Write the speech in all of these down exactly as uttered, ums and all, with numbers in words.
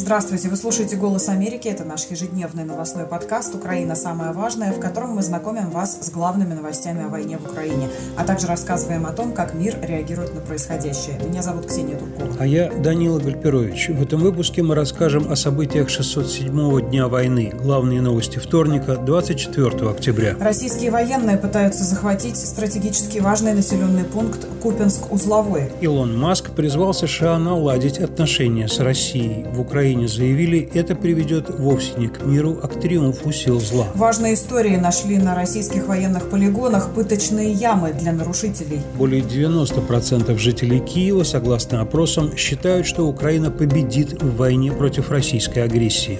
Здравствуйте, вы слушаете «Голос Америки». Это наш ежедневный новостной подкаст «Украина. Самое важное», в котором мы знакомим вас с главными новостями о войне в Украине, а также рассказываем о том, как мир реагирует на происходящее. Меня зовут Ксения Туркова. А я Данила Гальперович. В этом выпуске мы расскажем о событиях шестьсот седьмого дня войны. Главные новости вторника, двадцать четвёртого октября. Российские военные пытаются захватить стратегически важный населенный пункт Купянск-Узловой. Илон Маск призвал США наладить отношения с Россией. В Украине заявили, это приведет вовсе не к миру, а к триумфу сил зла. Важные истории нашли на российских военных полигонах пыточные ямы для нарушителей. Более девяносто процентов жителей Киева, согласно опросам, считают, что Украина победит в войне против российской агрессии.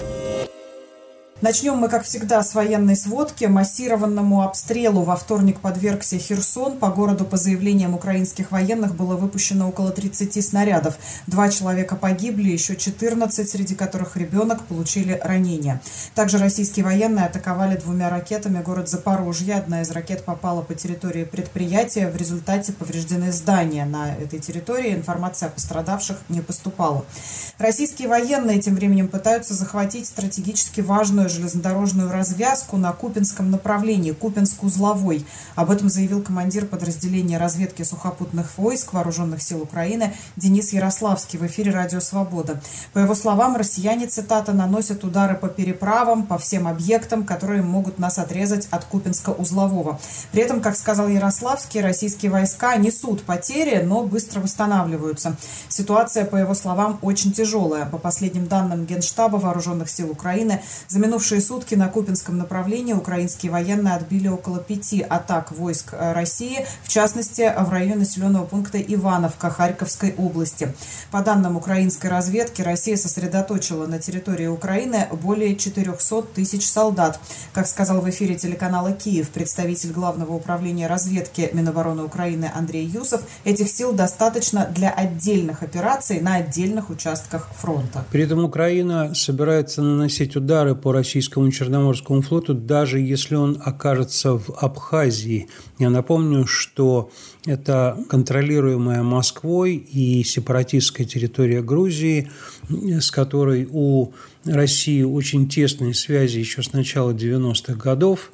Начнем мы, как всегда, с военной сводки. Массированному обстрелу во вторник подвергся Херсон. По городу, по заявлениям украинских военных, было выпущено около тридцати снарядов. Два человека погибли, еще четырнадцать, среди которых ребенок, получили ранения. Также российские военные атаковали двумя ракетами город Запорожье. Одна из ракет попала по территории предприятия. В результате повреждены здания на этой территории. Информация о пострадавших не поступала. Российские военные тем временем пытаются захватить стратегически важную железнодорожную развязку на Купянском направлении, Купянск-Узловой. Об этом заявил командир подразделения разведки сухопутных войск Вооруженных сил Украины Денис Ярославский в эфире «Радио Свобода». По его словам, россияне, цитата, наносят удары по переправам, по всем объектам, которые могут нас отрезать от Купянска-Узлового. При этом, как сказал Ярославский, российские войска несут потери, но быстро восстанавливаются. Ситуация, по его словам, очень тяжелая. По последним данным Генштаба Вооруженных сил Украины, за минувшие сутки на Купянском направлении украинские военные отбили около пяти атак войск России, в частности, в районе населенного пункта Ивановка Харьковской области. По данным украинской разведки, Россия сосредоточила на территории Украины более четырехсот тысяч солдат. Как сказал в эфире телеканала «Киев» представитель Главного управления разведки Минобороны Украины Андрей Юсов, этих сил достаточно для отдельных операций на отдельных участках фронта. При этом Украина собирается наносить удары по Российскому Черноморскому флоту, даже если он окажется в Абхазии. Я напомню, что это контролируемая Москвой и сепаратистская территория Грузии, с которой у России очень тесные связи еще с начала девяностых годов.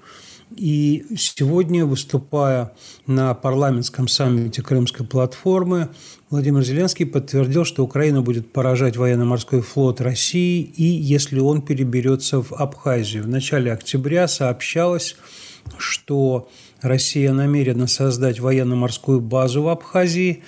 И сегодня, выступая на парламентском саммите Крымской платформы, Владимир Зеленский подтвердил, что Украина будет поражать военно-морской флот России, и если он переберется в Абхазию. В начале октября сообщалось, что Россия намерена создать военно-морскую базу в Абхазии,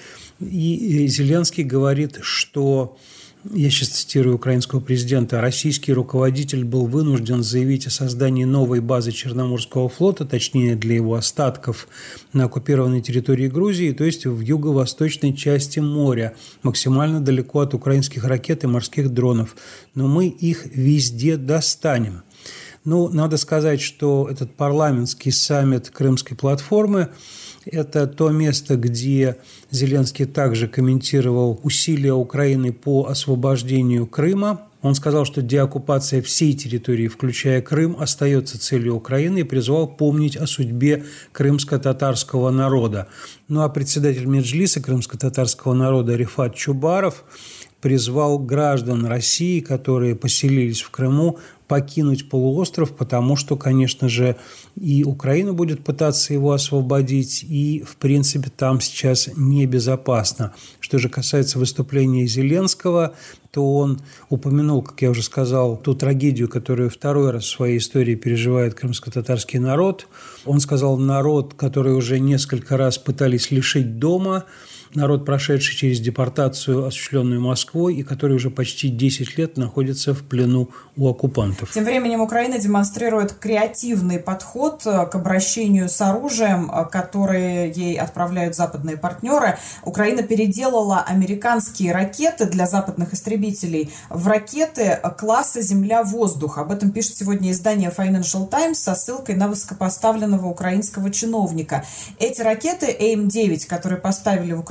и Зеленский говорит, что, я сейчас цитирую украинского президента, российский руководитель был вынужден заявить о создании новой базы Черноморского флота, точнее для его остатков, на оккупированной территории Грузии, то есть в юго-восточной части моря, максимально далеко от украинских ракет и морских дронов. Но мы их везде достанем. Ну, надо сказать, что этот парламентский саммит Крымской платформы – это то место, где Зеленский также комментировал усилия Украины по освобождению Крыма. Он сказал, что деоккупация всей территории, включая Крым, остается целью Украины и призвал помнить о судьбе крымско-татарского народа. Ну а председатель Меджлиса крымско-татарского народа Рифат Чубаров призвал граждан России, которые поселились в Крыму, покинуть полуостров, потому что, конечно же, и Украина будет пытаться его освободить, и, в принципе, там сейчас небезопасно. Что же касается выступления Зеленского, то он упомянул, как я уже сказал, ту трагедию, которую второй раз в своей истории переживает крымско-татарский народ. Он сказал, народ, который уже несколько раз пытались лишить дома, народ, прошедший через депортацию, осуществленную Москвой, и который уже почти десять лет находится в плену у оккупантов. Тем временем Украина демонстрирует креативный подход к обращению с оружием, которое ей отправляют западные партнеры. Украина переделала американские ракеты для западных истребителей в ракеты класса «Земля-воздух». Об этом пишет сегодня издание Financial Times со ссылкой на высокопоставленного украинского чиновника. Эти ракеты эй эм девять, которые поставили в Украину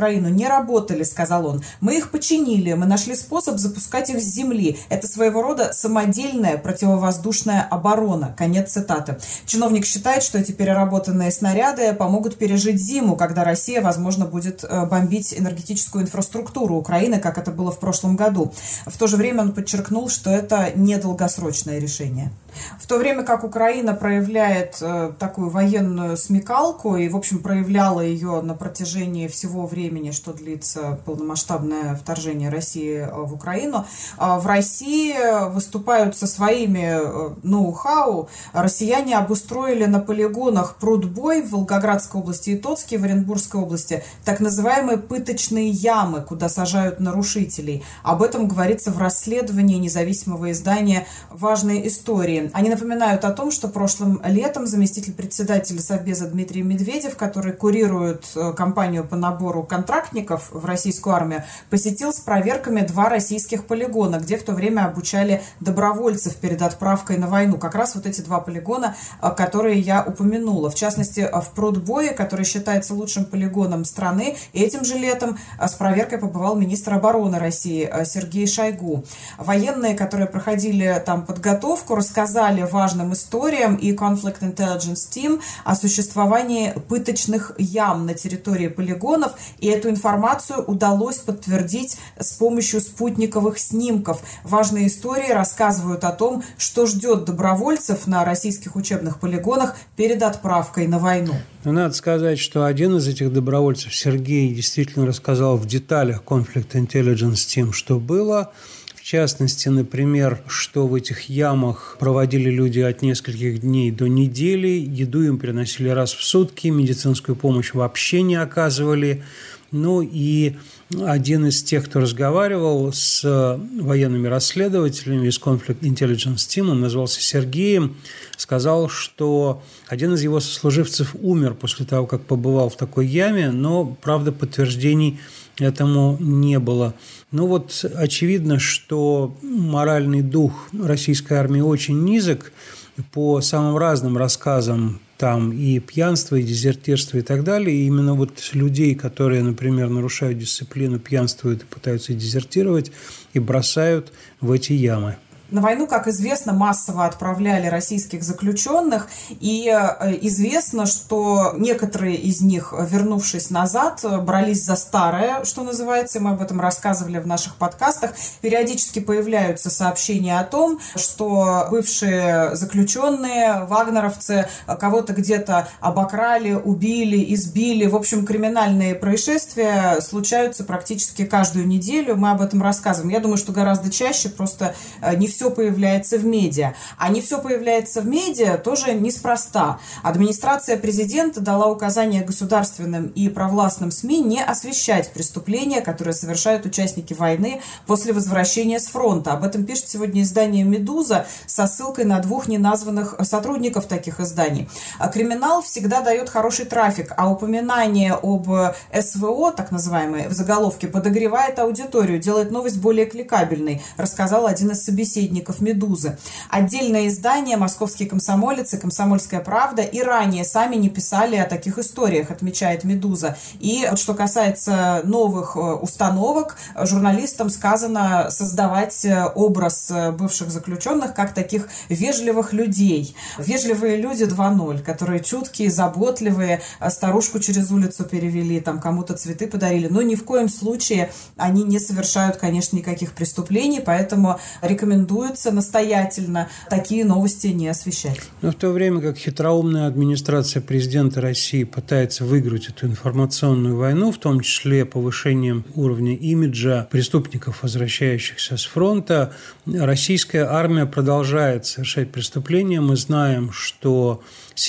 Украину не работали, сказал он. Мы их починили, мы нашли способ запускать их с земли. Это своего рода самодельная противовоздушная оборона. Конец цитаты. Чиновник считает, что эти переработанные снаряды помогут пережить зиму, когда Россия, возможно, будет бомбить энергетическую инфраструктуру Украины, как это было в прошлом году. В то же время он подчеркнул, что это недолгосрочное решение. В то время как Украина проявляет э, такую военную смекалку и, в общем, проявляла ее на протяжении всего времени, что длится полномасштабное вторжение России в Украину, э, в России выступают со своими э, ноу-хау. Россияне обустроили на полигонах Прудбой в Волгоградской области и Тотске в Оренбургской области так называемые пыточные ямы, куда сажают нарушителей. Об этом говорится в расследовании независимого издания «Важные истории». Они напоминают о том, что прошлым летом заместитель председателя Совбеза Дмитрий Медведев, который курирует кампанию по набору контрактников в российскую армию, посетил с проверками два российских полигона, где в то время обучали добровольцев перед отправкой на войну. Как раз вот эти два полигона, которые я упомянула. В частности, в Прудбое, который считается лучшим полигоном страны, этим же летом с проверкой побывал министр обороны России Сергей Шойгу. Военные, которые проходили там подготовку, рассказали важным историям и Conflict Intelligence Team о существовании пыточных ям на территории полигонов, и эту информацию удалось подтвердить с помощью спутниковых снимков. Важные истории рассказывают о том, что ждет добровольцев на российских учебных полигонах перед отправкой на войну. Но надо сказать, что один из этих добровольцев, Сергей, действительно рассказал в деталях Conflict Intelligence Team, что было. В частности, например, что в этих ямах проводили люди от нескольких дней до недели, еду им приносили раз в сутки, медицинскую помощь вообще не оказывали. Ну и один из тех, кто разговаривал с военными расследователями из Conflict Intelligence Team, он назвался Сергеем, сказал, что один из его сослуживцев умер после того, как побывал в такой яме, но, правда, подтверждений этому не было. Ну вот очевидно, что моральный дух российской армии очень низок. По самым разным рассказам там и пьянство, и дезертирство, и так далее. И именно вот людей, которые, например, нарушают дисциплину, пьянствуют и пытаются дезертировать, и бросают в эти ямы. На войну, как известно, массово отправляли российских заключенных, и известно, что некоторые из них, вернувшись назад, брались за старое, что называется, мы об этом рассказывали в наших подкастах. Периодически появляются сообщения о том, что бывшие заключенные, вагнеровцы, кого-то где-то обокрали, убили, избили. В общем, криминальные происшествия случаются практически каждую неделю, мы об этом рассказываем. Я думаю, что гораздо чаще, просто не все все появляется в медиа. А не все появляется в медиа тоже неспроста. Администрация президента дала указание государственным и провластным СМИ не освещать преступления, которые совершают участники войны после возвращения с фронта. Об этом пишет сегодня издание «Медуза» со ссылкой на двух неназванных сотрудников таких изданий. А криминал всегда дает хороший трафик, а упоминание об СВО, так называемое, в заголовке подогревает аудиторию, делает новость более кликабельной, рассказал один из собеседников «Медузы». Отдельное издание «Московский комсомолец» и «Комсомольская правда» и ранее сами не писали о таких историях, отмечает «Медуза». И вот что касается новых установок, журналистам сказано создавать образ бывших заключенных как таких вежливых людей. Вежливые люди два ноль, которые чуткие, заботливые, старушку через улицу перевели, там кому-то цветы подарили. Но ни в коем случае они не совершают, конечно, никаких преступлений, поэтому рекомендуется настоятельно такие новости не освещать. Но в то время как хитроумная администрация президента России пытается выиграть эту информационную войну, в том числе повышением уровня имиджа преступников, возвращающихся с фронта, российская армия продолжает совершать преступления. Мы знаем, что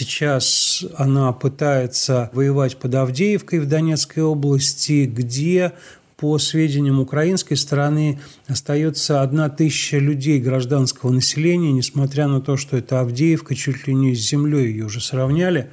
сейчас она пытается воевать под Авдеевкой в Донецкой области, где, по сведениям украинской стороны, остается одна тысяча людей гражданского населения, несмотря на то, что это Авдеевка, чуть ли не с землей ее уже сравняли.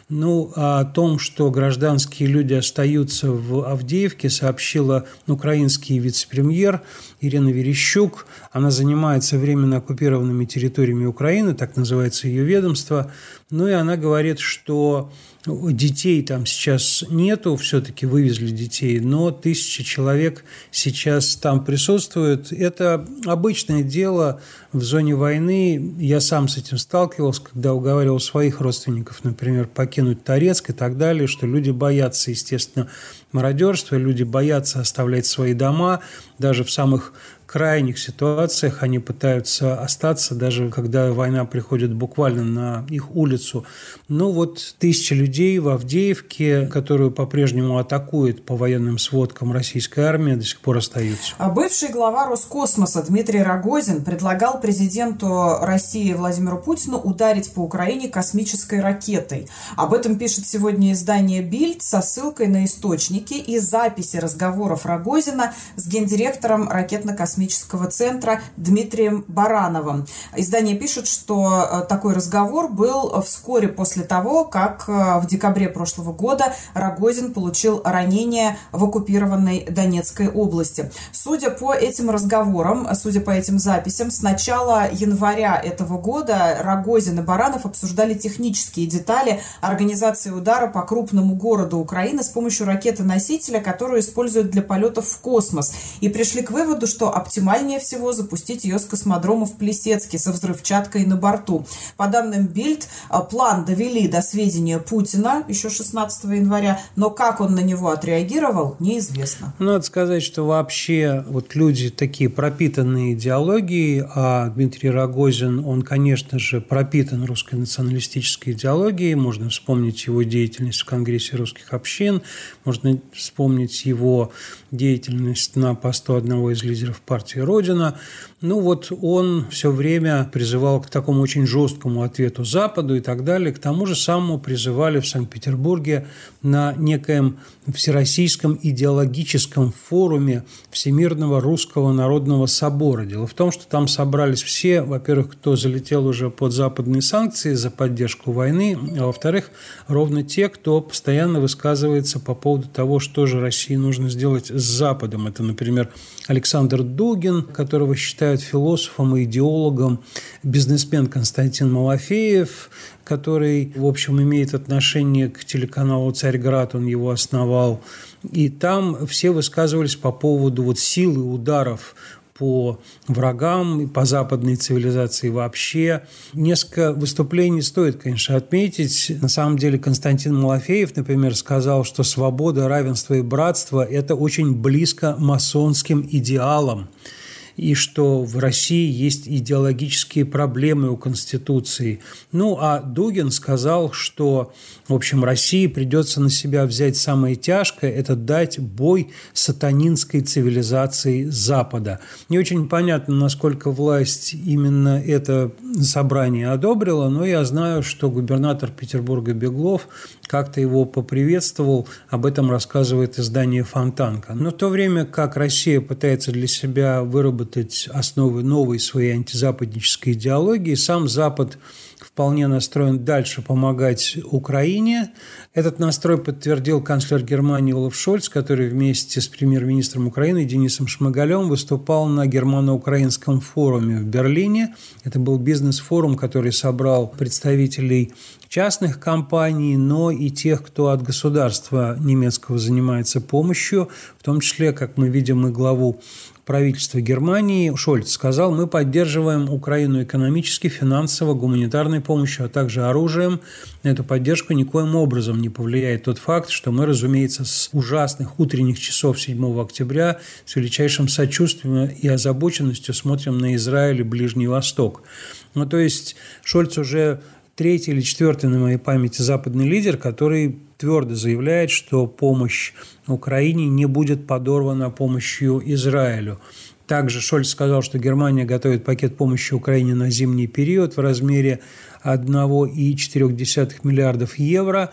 Ну, а о том, что гражданские люди остаются в Авдеевке, сообщила украинский вице-премьер Ирина Верещук. Она занимается временно оккупированными территориями Украины, так называется ее ведомство. Ну и она говорит, что детей там сейчас нету, все-таки вывезли детей, но тысячи человек сейчас там присутствуют. Это обычное дело в зоне войны. Я сам с этим сталкивался, когда уговаривал своих родственников, например, покинуть Торецк и так далее, что люди боятся, естественно, мародерства, люди боятся оставлять свои дома, даже в самых крайних ситуациях они пытаются остаться, даже когда война приходит буквально на их улицу. Ну вот тысячи людей в Авдеевке, которую по-прежнему атакует по военным сводкам российская армия, до сих пор остаются. А бывший глава Роскосмоса Дмитрий Рогозин предлагал президенту России Владимиру Путину ударить по Украине космической ракетой. Об этом пишет сегодня издание «Бильд» со ссылкой на источники и записи разговоров Рогозина с гендиректором ракетно-космического центра Дмитрием Барановым. Издание пишет, что такой разговор был вскоре после того, как в декабре прошлого года Рогозин получил ранение в оккупированной Донецкой области. Судя по этим разговорам, судя по этим записям, с начала января этого года Рогозин и Баранов обсуждали технические детали организации удара по крупному городу Украины с помощью ракеты-носителя, которую используют для полетов в космос, и пришли к выводу, что оптимальнее всего запустить ее с космодрома в Плесецке со взрывчаткой на борту. По данным Бильд, план довели до сведения Путина еще шестнадцатого января, но как он на него отреагировал, неизвестно. Надо сказать, что вообще вот люди такие пропитанные идеологией, а Дмитрий Рогозин, он, конечно же, пропитан русской националистической идеологией. Можно вспомнить его деятельность в Конгрессе русских общин, можно вспомнить его деятельность на посту одного из лидеров партии «Родина». Ну вот он все время призывал к такому очень жесткому ответу Западу и так далее. К тому же самому призывали в Санкт-Петербурге на некоем Всероссийском идеологическом форуме Всемирного Русского Народного Собора. Дело в том, что там собрались все, во-первых, кто залетел уже под западные санкции за поддержку войны, а во-вторых, ровно те, кто постоянно высказывается по поводу того, что же России нужно сделать с Западом. Это, например, Александр Дугин, которого считают философом и идеологом, бизнесмен Константин Малафеев, который, в общем, имеет отношение к телеканалу «Царьград», он его основал. И там все высказывались по поводу вот силы ударов по врагам, по западной цивилизации вообще. Несколько выступлений стоит, конечно, отметить. На самом деле Константин Малафеев, например, сказал, что свобода, равенство и братство – это очень близко масонским идеалам, и что в России есть идеологические проблемы у Конституции. Ну, а Дугин сказал, что, в общем, России придется на себя взять самое тяжкое – это дать бой сатанинской цивилизации Запада. Не очень понятно, насколько власть именно это собрание одобрила, но я знаю, что губернатор Петербурга Беглов как-то его поприветствовал, об этом рассказывает издание «Фонтанка». Но в то время как Россия пытается для себя выработать основы новой своей антизападнической идеологии, сам Запад вполне настроен дальше помогать Украине. Этот настрой подтвердил канцлер Германии Олаф Шольц, который вместе с премьер-министром Украины Денисом Шмыгалем выступал на германо-украинском форуме в Берлине. Это был бизнес-форум, который собрал представителей частных компаний, но и тех, кто от государства немецкого занимается помощью, в том числе, как мы видим, и главу правительства Германии. Шольц сказал: мы поддерживаем Украину экономически, финансово, гуманитарной помощью, а также оружием. На эту поддержку никоим образом не повлияет тот факт, что мы, разумеется, с ужасных утренних часов седьмого октября с величайшим сочувствием и озабоченностью смотрим на Израиль и Ближний Восток. Ну, то есть Шольц уже третий или четвертый на моей памяти западный лидер, который твердо заявляет, что помощь Украине не будет подорвана помощью Израилю. Также Шольц сказал, что Германия готовит пакет помощи Украине на зимний период в размере одна целая четыре десятых миллиардов евро.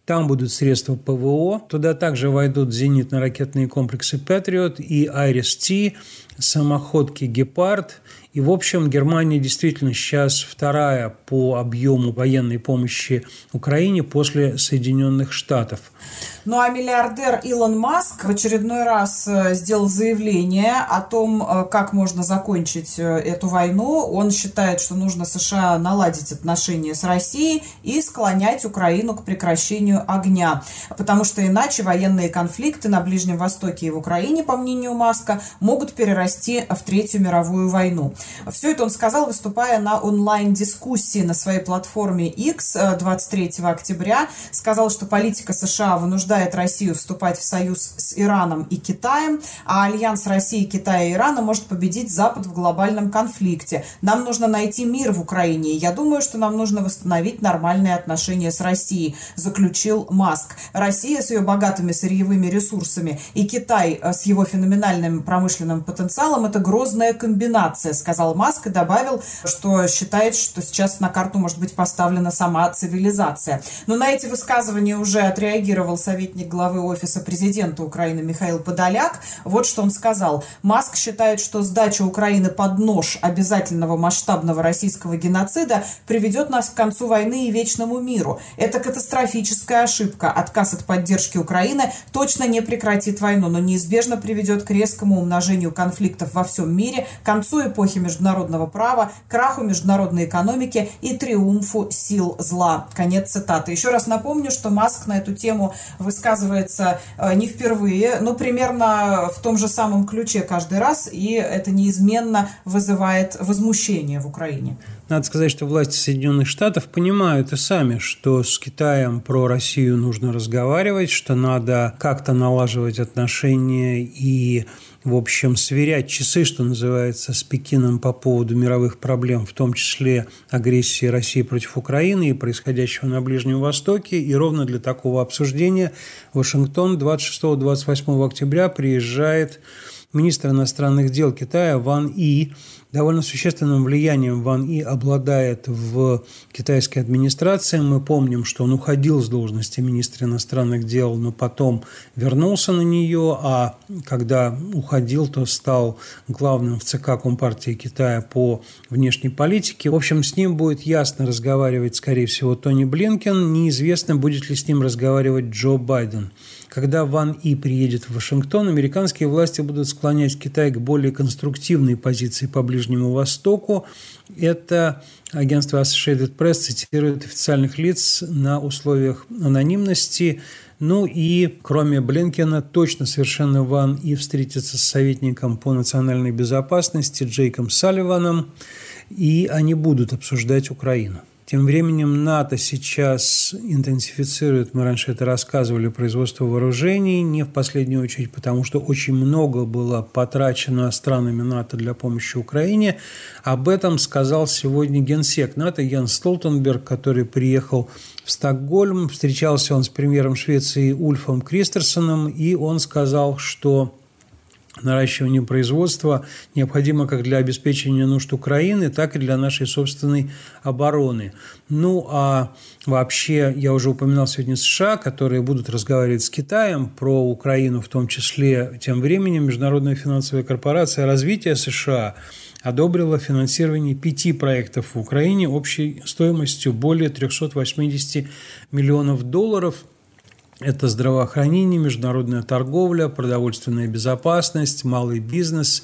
Там будут средства ПВО. Туда также войдут зенитно-ракетные комплексы «Патриот» и «Айрис-Ти», самоходки «Гепард». И, в общем, Германия действительно сейчас вторая по объему военной помощи Украине после Соединенных Штатов. Ну а миллиардер Илон Маск в очередной раз сделал заявление о том, как можно закончить эту войну. Он считает, что нужно США наладить отношения с Россией и склонять Украину к прекращению огня. Потому что иначе военные конфликты на Ближнем Востоке и в Украине, по мнению Маска, могут перерасти в Третью мировую войну. Все это он сказал, выступая на онлайн-дискуссии на своей платформе X двадцать третьего октября. Сказал, что политика США вынуждает Россию вступать в союз с Ираном и Китаем, а альянс России, Китая и Ирана может победить Запад в глобальном конфликте. Нам нужно найти мир в Украине, и я думаю, что нам нужно восстановить нормальные отношения с Россией, заключил Маск. Россия с ее богатыми сырьевыми ресурсами и Китай с его феноменальным промышленным потенциалом – это грозная комбинация, сказал Маск и добавил, что считает, что сейчас на карту может быть поставлена сама цивилизация. Но на эти высказывания уже отреагировал советник главы Офиса президента Украины Михаил Подоляк. Вот что он сказал. Маск считает, что сдача Украины под нож обязательного масштабного российского геноцида приведет нас к концу войны и вечному миру. Это катастрофическая ошибка. Отказ от поддержки Украины точно не прекратит войну, но неизбежно приведет к резкому умножению конфликтов во всем мире, к концу эпохи международного права, краху международной экономики и триумфу сил зла. Конец цитаты. Еще раз напомню, что Маск на эту тему высказывается не впервые, но примерно в том же самом ключе каждый раз, и это неизменно вызывает возмущение в Украине. Надо сказать, что власти Соединенных Штатов понимают и сами, что с Китаем про Россию нужно разговаривать, что надо как-то налаживать отношения и, в общем, сверять часы, что называется, с Пекином по поводу мировых проблем, в том числе агрессии России против Украины и происходящего на Ближнем Востоке. И ровно для такого обсуждения в Вашингтон двадцать шестого — двадцать восьмого октября приезжает министр иностранных дел Китая Ван И. Довольно существенным влиянием Ван И обладает в китайской администрации. Мы помним, что он уходил с должности министра иностранных дел, но потом вернулся на нее, а когда уходил, то стал главным в ЦК Компартии Китая по внешней политике. В общем, с ним будет ясно разговаривать, скорее всего, Тони Блинкен. Неизвестно, будет ли с ним разговаривать Джо Байден. Когда Ван И приедет в Вашингтон, американские власти будут склонять Китай к более конструктивной позиции по Ближнему Востоку. Это агентство Associated Press цитирует официальных лиц на условиях анонимности. Ну и, кроме Блинкена, точно совершенно Ван И встретится с советником по национальной безопасности Джейком Салливаном, и они будут обсуждать Украину. Тем временем НАТО сейчас интенсифицирует, мы раньше это рассказывали, производство вооружений, не в последнюю очередь, потому что очень много было потрачено странами НАТО для помощи Украине. Об этом сказал сегодня генсек НАТО Йенс Столтенберг, который приехал в Стокгольм. Встречался он с премьером Швеции Ульфом Кристерсоном, и он сказал, что наращивание производства необходимо как для обеспечения нужд Украины, так и для нашей собственной обороны. Ну, а вообще, я уже упоминал сегодня США, которые будут разговаривать с Китаем про Украину, в том числе. Тем временем Международная финансовая корпорация развития США одобрила финансирование пяти проектов в Украине общей стоимостью более триста восемьдесят миллионов долларов. Это здравоохранение, международная торговля, продовольственная безопасность, малый бизнес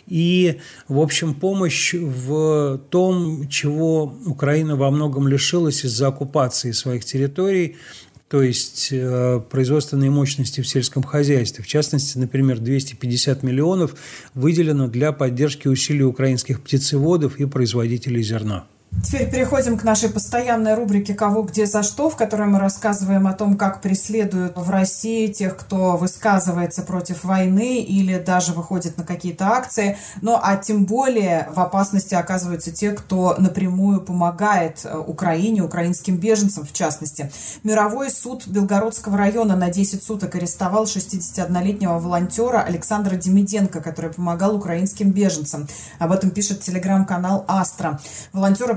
и, в общем, помощь в том, чего Украина во многом лишилась из-за оккупации своих территорий, то есть э, производственные мощности в сельском хозяйстве. В частности, например, двести пятьдесят миллионов выделено для поддержки усилий украинских птицеводов и производителей зерна. Теперь переходим к нашей постоянной рубрике «Кого, где, за что», в которой мы рассказываем о том, как преследуют в России тех, кто высказывается против войны или даже выходит на какие-то акции. Ну, а тем более в опасности оказываются те, кто напрямую помогает Украине, украинским беженцам в частности. Мировой суд Белгородского района на десять суток арестовал шестидесятиоднолетнего волонтера Александра Демиденко, который помогал украинским беженцам. Об этом пишет телеграм-канал «Астра». Волонтера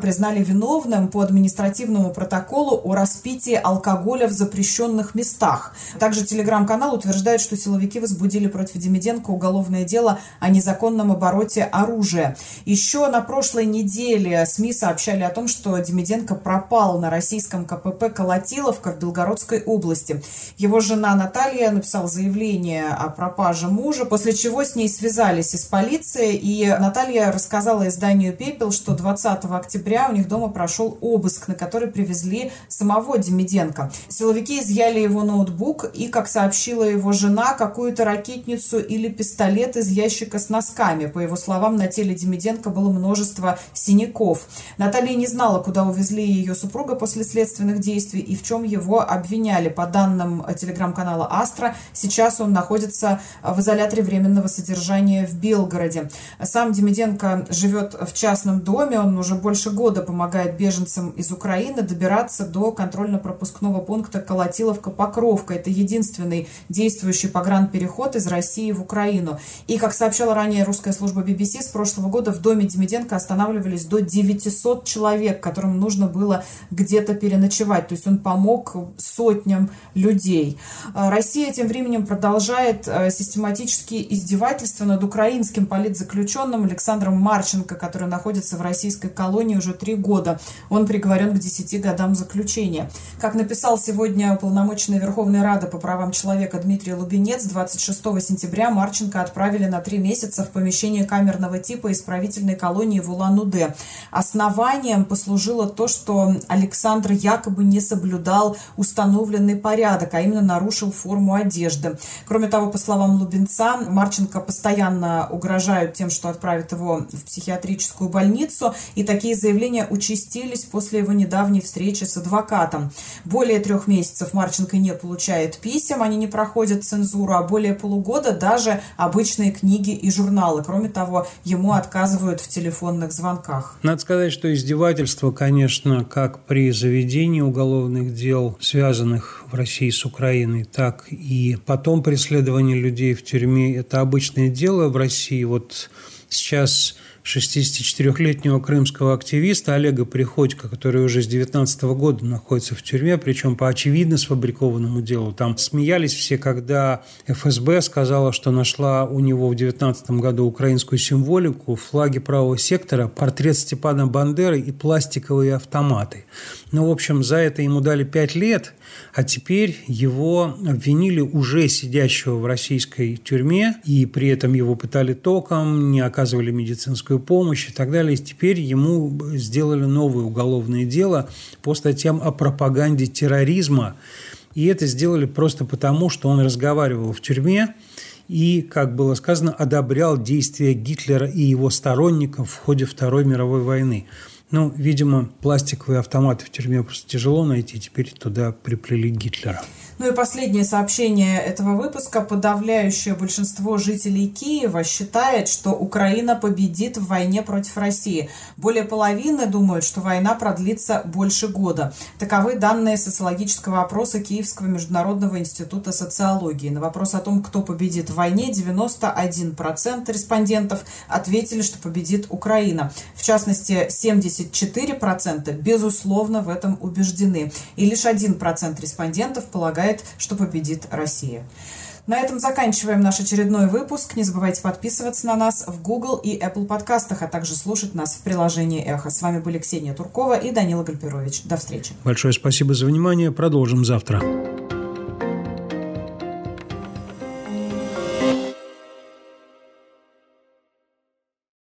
признали виновным по административному протоколу о распитии алкоголя в запрещенных местах. Также телеграм-канал утверждает, что силовики возбудили против Демиденко уголовное дело о незаконном обороте оружия. Еще на прошлой неделе СМИ сообщали о том, что Демиденко пропал на российском ка пэ пэ «Колотиловка» в Белгородской области. Его жена Наталья написала заявление о пропаже мужа, после чего с ней связались из полиции, и Наталья рассказала изданию «Пепел», что двадцатого октября у них дома прошел обыск, на который привезли самого Демиденко. Силовики изъяли его ноутбук и, как сообщила его жена, какую-то ракетницу или пистолет из ящика с носками. По его словам, на теле Демиденко было множество синяков. Наталья не знала, куда увезли ее супруга после следственных действий и в чем его обвиняли. По данным телеграм-канала «Астра», сейчас он находится в изоляторе временного содержания в Белгороде. Сам Демиденко живет в частном доме, он уже больше года помогает беженцам из Украины добираться до контрольно-пропускного пункта Колотиловка-Покровка. Это единственный действующий погранпереход из России в Украину. И, как сообщала ранее русская служба би би си, с прошлого года в доме Демиденко останавливались до девятисот человек, которым нужно было где-то переночевать. То есть он помог сотням людей. Россия тем временем продолжает систематические издевательства над украинским политзаключенным Александром Марченко, который находится в российской колонии уже три года. Он приговорен к десяти годам заключения. Как написал сегодня уполномоченный Верховной Рады по правам человека Дмитрий Лубенец, двадцать шестого сентября Марченко отправили на три месяца в помещение камерного типа исправительной колонии в Улан-Удэ. Основанием послужило то, что Александр якобы не соблюдал установленный порядок, а именно нарушил форму одежды. Кроме того, по словам Лубенца, Марченко постоянно угрожают тем, что отправят его в психиатрическую больницу, и такие заявления участились после его недавней встречи с адвокатом. Более трех месяцев Марченко не получает писем, они не проходят цензуру, а более полугода даже обычные книги и журналы. Кроме того, ему отказывают в телефонных звонках. Надо сказать, что издевательство, конечно, как при заведении уголовных дел, связанных в России с Украиной, так и потом преследование людей в тюрьме, это обычное дело в России. Вот сейчас шестидесятичетырёхлетнего крымского активиста Олега Приходько, который уже с две тысячи девятнадцатого года находится в тюрьме, причем по очевидно сфабрикованному делу. Там смеялись все, когда эф эс бэ сказала, что нашла у него в две тысячи девятнадцатом году украинскую символику, флаги правого сектора, портрет Степана Бандеры и пластиковые автоматы. Ну, в общем, за это ему дали пять лет, а теперь его обвинили уже сидящего в российской тюрьме, и при этом его пытали током, не оказывали медицинскую помощь и так далее. И теперь ему сделали новое уголовное дело по статьям о пропаганде терроризма. И это сделали просто потому, что он разговаривал в тюрьме и, как было сказано, одобрял действия Гитлера и его сторонников в ходе Второй мировой войны. Ну, видимо, пластиковые автоматы в тюрьме просто тяжело найти, теперь туда приплели Гитлера. Ну и последнее сообщение этого выпуска. Подавляющее большинство жителей Киева считает, что Украина победит в войне против России. Более половины думают, что война продлится больше года. Таковы данные социологического опроса Киевского международного института социологии. На вопрос о том, кто победит в войне, девяносто один процент респондентов ответили, что победит Украина. В частности, семьдесят четыре процента безусловно в этом убеждены. И лишь один процент респондентов полагает, что победит Россия. На этом заканчиваем наш очередной выпуск. Не забывайте подписываться на нас в Google и Apple подкастах, а также слушать нас в приложении Эхо. С вами были Ксения Туркова и Данила Гальперович. До встречи. Большое спасибо за внимание. Продолжим завтра.